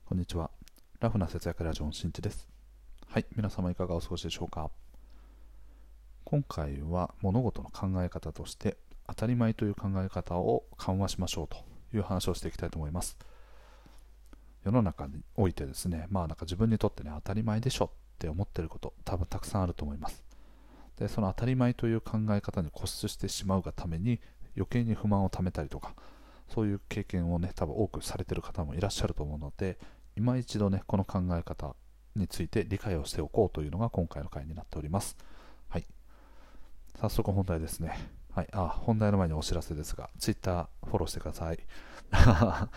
こんにちは。ラフな節約ラジオのしんいちです。はい、皆様いかがお過ごしでしょうか。今回は物事の考え方として当たり前という考え方を緩和しましょうという話をしていきたいと思います。世の中においてですね、なんか自分にとってね、当たり前でしょって思っていること多分たくさんあると思います。で、その当たり前という考え方に固執してしまうがために余計に不満をためたりとか、そういう経験をね、多分多くされている方もいらっしゃると思うので、今一度ね、この考え方について理解をしておこうというのが今回の回になっております。はい。早速本題ですね。はい。本題の前にお知らせですが、Twitter フォローしてください。はい。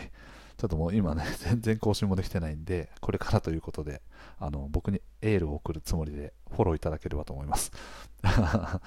ちょっともう今ね、全然更新もできてないんで、これからということで、僕にエールを送るつもりでフォローいただければと思います。はい。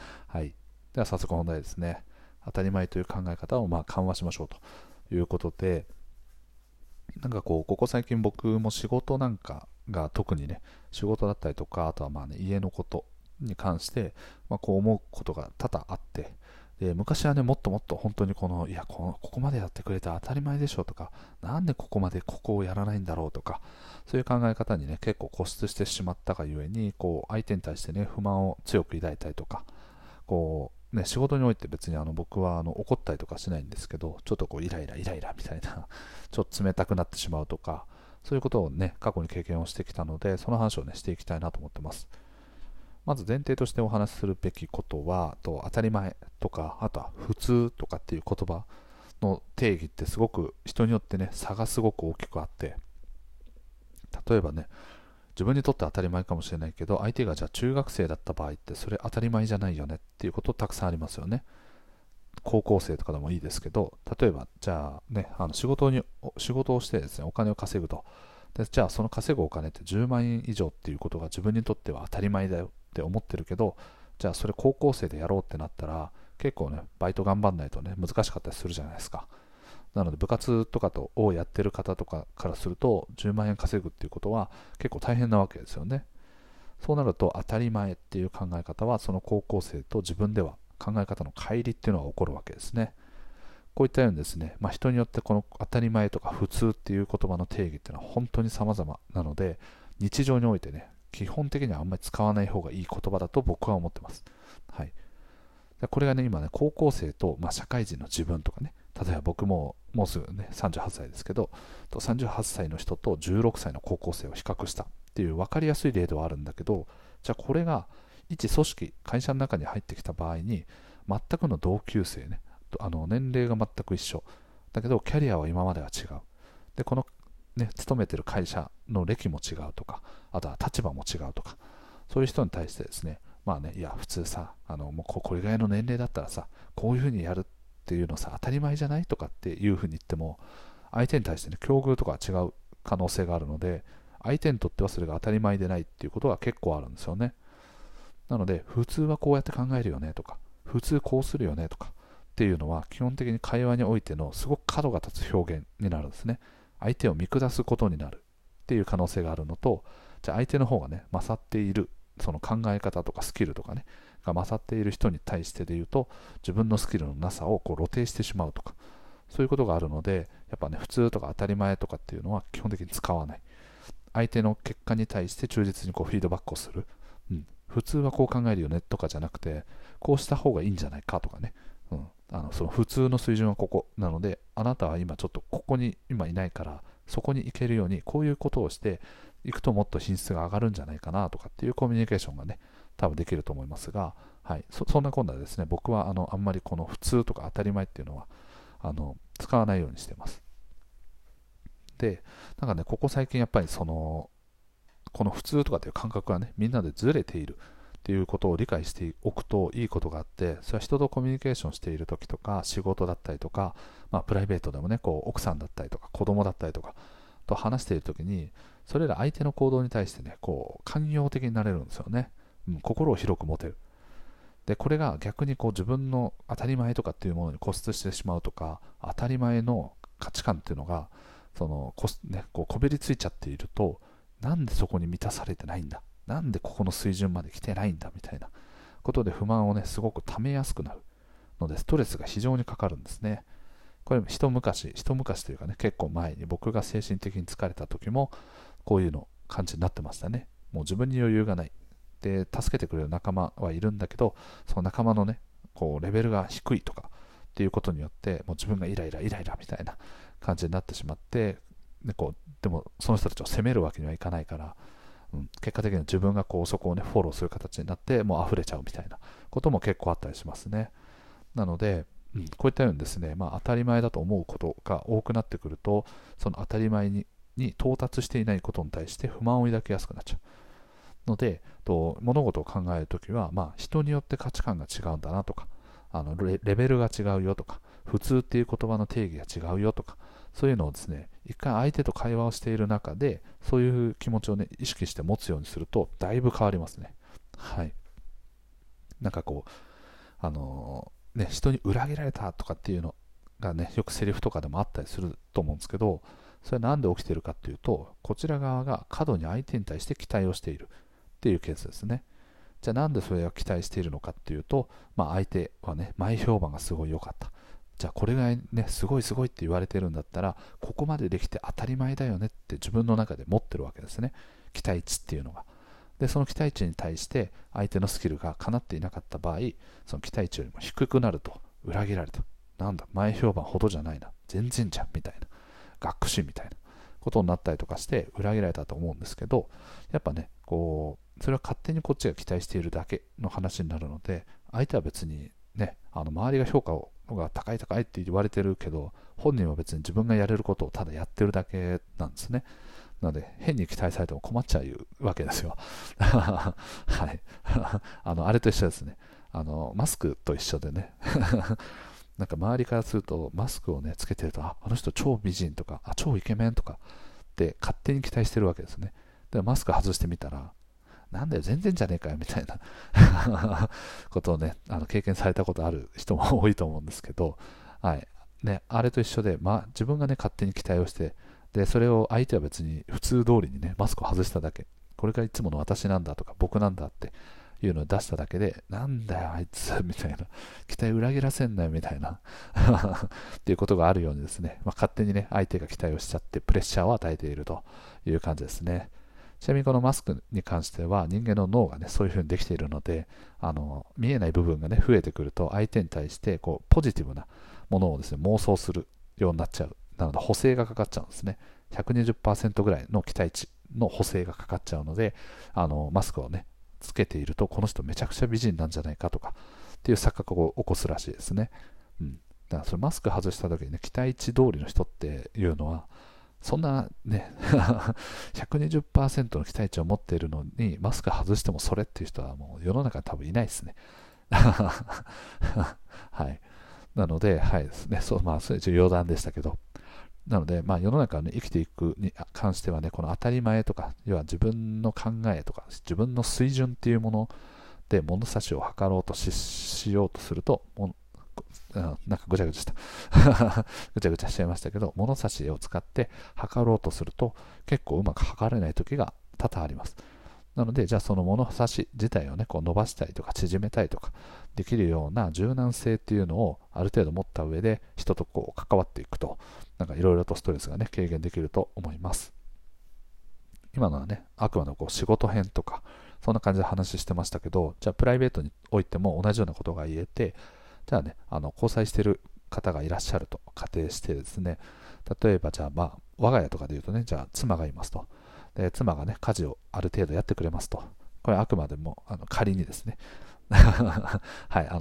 では早速本題ですね。当たり前という考え方を緩和しましょうということで、なんかここ最近僕も仕事なんかが特にね、仕事だったりとか、あとは家のことに関して、こう思うことが多々あって、で昔はね、もっともっと本当にここまでやってくれて当たり前でしょとか、なんでここまでここをやらないんだろうとか、そういう考え方にね、結構固執してしまったがゆえに、相手に対してね、不満を強く抱いたりとか、仕事において別に僕は怒ったりとかしないんですけど、ちょっとイライライライラみたいなちょっと冷たくなってしまうとか、そういうことをね、過去に経験をしてきたので、その話をね、していきたいなと思ってます。まず前提としてお話しするべきことは、当たり前とか、あとは普通とかっていう言葉の定義ってすごく人によってね、差がすごく大きくあって、例えばね、自分にとって当たり前かもしれないけど、相手がじゃあ中学生だった場合ってそれ当たり前じゃないよねっていうことたくさんありますよね。高校生とかでもいいですけど、例えばじゃあね、仕事をしてですね、お金を稼ぐと。で、じゃあその稼ぐお金って10万円以上っていうことが自分にとっては当たり前だよって思ってるけど、じゃあそれ高校生でやろうってなったら、結構ね、バイト頑張んないとね、難しかったりするじゃないですか。なので部活とかをやってる方とかからすると、10万円稼ぐっていうことは結構大変なわけですよね。そうなると当たり前っていう考え方は、その高校生と自分では考え方の乖離っていうのが起こるわけですね。こういったようにですね、人によってこの当たり前とか普通っていう言葉の定義っていうのは本当に様々なので、日常においてね、基本的にはあんまり使わない方がいい言葉だと僕は思ってます。はい。これがね、今ね、高校生と、社会人の自分とかね、例えば僕もうすぐね、38歳ですけど、38歳の人と16歳の高校生を比較したっていう分かりやすい例ではあるんだけど、じゃあこれが一組織、会社の中に入ってきた場合に、全くの同級生ね、年齢が全く一緒。だけど、キャリアは今までは違う。で、このね、勤めてる会社の歴も違うとか、あとは立場も違うとか、そういう人に対してですね、いや、普通さ、もうこれぐらいの年齢だったらさ、こういうふうにやるっていうのさ、当たり前じゃないとかっていうふうに言っても、相手に対してね、境遇とか違う可能性があるので、相手にとってはそれが当たり前でないっていうことが結構あるんですよね。なので、普通はこうやって考えるよねとか、普通こうするよねとかっていうのは、基本的に会話においてのすごく角が立つ表現になるんですね。相手を見下すことになるっていう可能性があるのと、じゃあ相手の方がね、勝っている、その考え方とかスキルとかね、が勝っている人に対してで言うと、自分のスキルのなさを露呈してしまうとか、そういうことがあるので、やっぱね、普通とか当たり前とかっていうのは基本的に使わない。相手の結果に対して忠実にフィードバックをする。普通はこう考えるよねとかじゃなくて、こうした方がいいんじゃないかとかね。その普通の水準はここなので、あなたは今ちょっとここに今いないから、そこに行けるようにこういうことをしていくともっと品質が上がるんじゃないかなとかっていうコミュニケーションがね、多分できると思いますが、はい、そんなこんなでですね、僕はあんまりこの普通とか当たり前っていうのは使わないようにしています。で、なんかね、ここ最近やっぱりこの普通とかっていう感覚がね、みんなでずれているっていうことを理解しておくといいことがあって、それは人とコミュニケーションしている時とか、仕事だったりとか、プライベートでもね、奥さんだったりとか、子供だったりとかと話している時に、それら相手の行動に対してね、寛容的になれるんですよね。心を広く持てる。で、これが逆に自分の当たり前とかっていうものに固執してしまうとか、当たり前の価値観っていうのが、こびりついちゃっていると、なんでそこに満たされてないんだ、なんでここの水準まで来てないんだみたいなことで不満をね、すごく溜めやすくなるので、ストレスが非常にかかるんですね。 これ一昔というかね、結構前に僕が精神的に疲れた時もこういうの感じになってましたね。もう自分に余裕がない。で、助けてくれる仲間はいるんだけど、その仲間のね、こうレベルが低いとかっていうことによって、もう自分がイライラみたいな感じになってしまって、でもその人たちを責めるわけにはいかないから、結果的に自分がそこをね、フォローする形になって、もう溢れちゃうみたいなことも結構あったりしますね。なので、こういったようにですね、当たり前だと思うことが多くなってくると、その当たり前に到達していないことに対して不満を抱きやすくなっちゃうので、物事を考えるときは、人によって価値観が違うんだなとか、レベルが違うよとか、普通っていう言葉の定義が違うよとか、そういうのをですね、一回相手と会話をしている中で、そういう気持ちをね、意識して持つようにすると、だいぶ変わりますね。はい。なんか人に裏切られたとかっていうのがね、よくセリフとかでもあったりすると思うんですけど、それはなんで起きているかっていうと、こちら側が過度に相手に対して期待をしているっていうケースですね。じゃあなんでそれを期待しているのかっていうと、相手はね、前評判がすごい良かった。じゃあこれがね、すごいって言われてるんだったら、ここまでできて当たり前だよねって自分の中で持ってるわけですね。期待値っていうのが。で、その期待値に対して相手のスキルが叶っていなかった場合、その期待値よりも低くなると、裏切られた。なんだ、前評判ほどじゃないな。全然じゃん、みたいな。学士みたいなことになったりとかして裏切られたと思うんですけど、やっぱね、それは勝手にこっちが期待しているだけの話になるので、相手は別にね、周りが評価が高いって言われてるけど、本人は別に自分がやれることをただやってるだけなんですね。なので、変に期待されても困っちゃうわけですよ。はい。あれと一緒ですね。マスクと一緒でね。なんか周りからすると、マスクをね、つけてると、あの人超美人とか、超イケメンとかって勝手に期待してるわけですね。で、マスク外してみたら、なんだよ、全然じゃねえかよ、みたいなことをね、経験されたことある人も多いと思うんですけど、はい。ね、あれと一緒で、自分がね、勝手に期待をして、で、それを相手は別に普通通りにね、マスクを外しただけ。これがいつもの私なんだとか、僕なんだっていうのを出しただけで、なんだよ、あいつ、みたいな。期待裏切らせんなよ、みたいな。っていうことがあるようにですね、勝手にね、相手が期待をしちゃって、プレッシャーを与えているという感じですね。ちなみにこのマスクに関しては人間の脳がね、そういう風にできているので、見えない部分がね、増えてくると相手に対してポジティブなものをですね、妄想するようになっちゃう。なので補正がかかっちゃうんですね。120% ぐらいの期待値の補正がかかっちゃうので、マスクをね、つけていると、この人めちゃくちゃ美人なんじゃないかとかっていう錯覚を起こすらしいですね。だからそれマスク外した時にね、期待値通りの人っていうのは、そんなね120% の期待値を持っているのにマスク外してもそれっていう人はもう世の中に多分いないですね。はい。なので、はいですね。それ一応余談でしたけど。なので、世の中に生きていくに関してはね、この当たり前とか、要は自分の考えとか、自分の水準っていうもので物差しを測ろうとしようとすると、なんかぐちゃぐちゃしたぐちゃぐちゃしちゃいましたけど、物差しを使って測ろうとすると結構うまく測れない時が多々あります。なので、じゃあその物差し自体をね、伸ばしたりとか縮めたりとかできるような柔軟性っていうのをある程度持った上で人と関わっていくと、なんかいろいろとストレスがね、軽減できると思います。今のはね、あくまで仕事編とかそんな感じで話してましたけど、じゃあプライベートにおいても同じようなことが言えて、じゃあね、交際している方がいらっしゃると仮定してですね、例えばじゃあ我が家とかで言うとね、じゃあ妻がいますと。で、妻がね、家事をある程度やってくれますと。これあくまでも仮にですね。はい、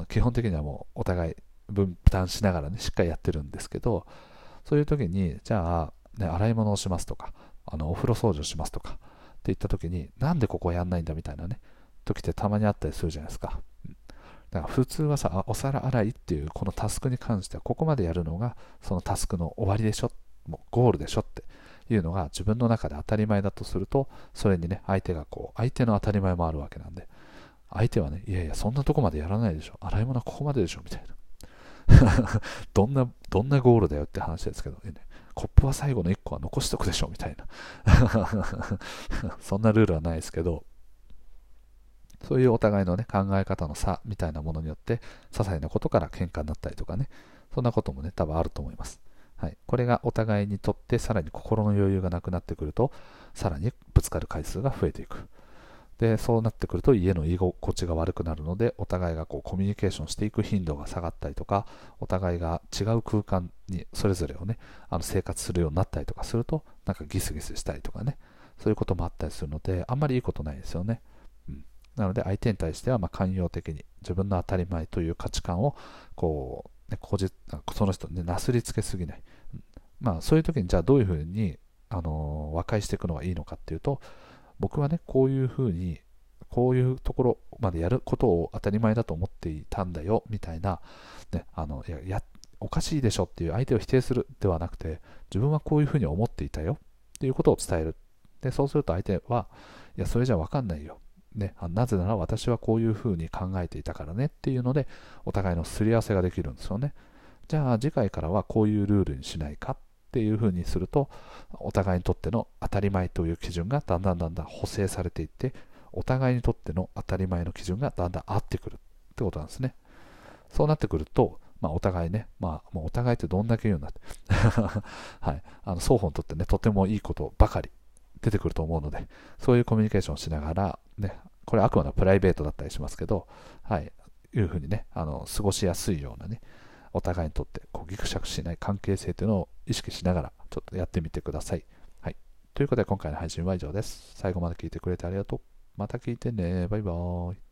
基本的にはもうお互い分担しながらね、しっかりやってるんですけど、そういう時に、じゃあ、ね、洗い物をしますとか、お風呂掃除をしますとかって言った時に、なんでここやんないんだみたいなね、時ってたまにあったりするじゃないですか。だから普通はさ、お皿洗いっていうこのタスクに関しては、ここまでやるのがそのタスクの終わりでしょ、もうゴールでしょっていうのが自分の中で当たり前だとすると、それにね、相手の当たり前もあるわけなんで、相手はね、いやいや、そんなとこまでやらないでしょ、洗い物はここまででしょみたいな。どんなゴールだよって話ですけど、ね、コップは最後の1個は残しとくでしょみたいな。そんなルールはないですけど、そういうお互いのね、考え方の差みたいなものによって、些細なことから喧嘩になったりとかね、 そんなこともね、多分あると思います。はい、これがお互いにとってさらに心の余裕がなくなってくると、さらにぶつかる回数が増えていく。で、そうなってくると家の居心地が悪くなるので、お互いがこうコミュニケーションしていく頻度が下がったりとか、お互いが違う空間にそれぞれをね、生活するようになったりとかすると、なんかギスギスしたりとかね、そういうこともあったりするので、あんまりいいことないですよね。うん、なので相手に対しては寛容的に自分の当たり前という価値観をこう、ね、その人に、ね、なすりつけすぎない。そういう時にじゃあどういうふうに、和解していくのがいいのかっていうと、僕はね、こういうふうに、こういうところまでやることを当たり前だと思っていたんだよ、みたいな、ね、おかしいでしょっていう相手を否定するではなくて、自分はこういうふうに思っていたよっていうことを伝える。で、そうすると相手は、いや、それじゃわかんないよ。ね、なぜなら私はこういうふうに考えていたからねっていうので、お互いのすり合わせができるんですよね。じゃあ次回からはこういうルールにしないかっていうふうにすると、お互いにとっての当たり前という基準がだんだん補正されていって、お互いにとっての当たり前の基準がだんだん合ってくるってことなんですね。そうなってくると、お互いね、もうお互いってどんだけ言うんだってはい、双方にとってね、とてもいいことばかり出てくると思うので、そういうコミュニケーションをしながら、ね、これあくまでプライベートだったりしますけど、はい、いうふうにね、過ごしやすいようなね、お互いにとってギクシャクしない関係性というのを意識しながらちょっとやってみてください。はい。ということで今回の配信は以上です。最後まで聞いてくれてありがとう。また聞いてね。バイバーイ。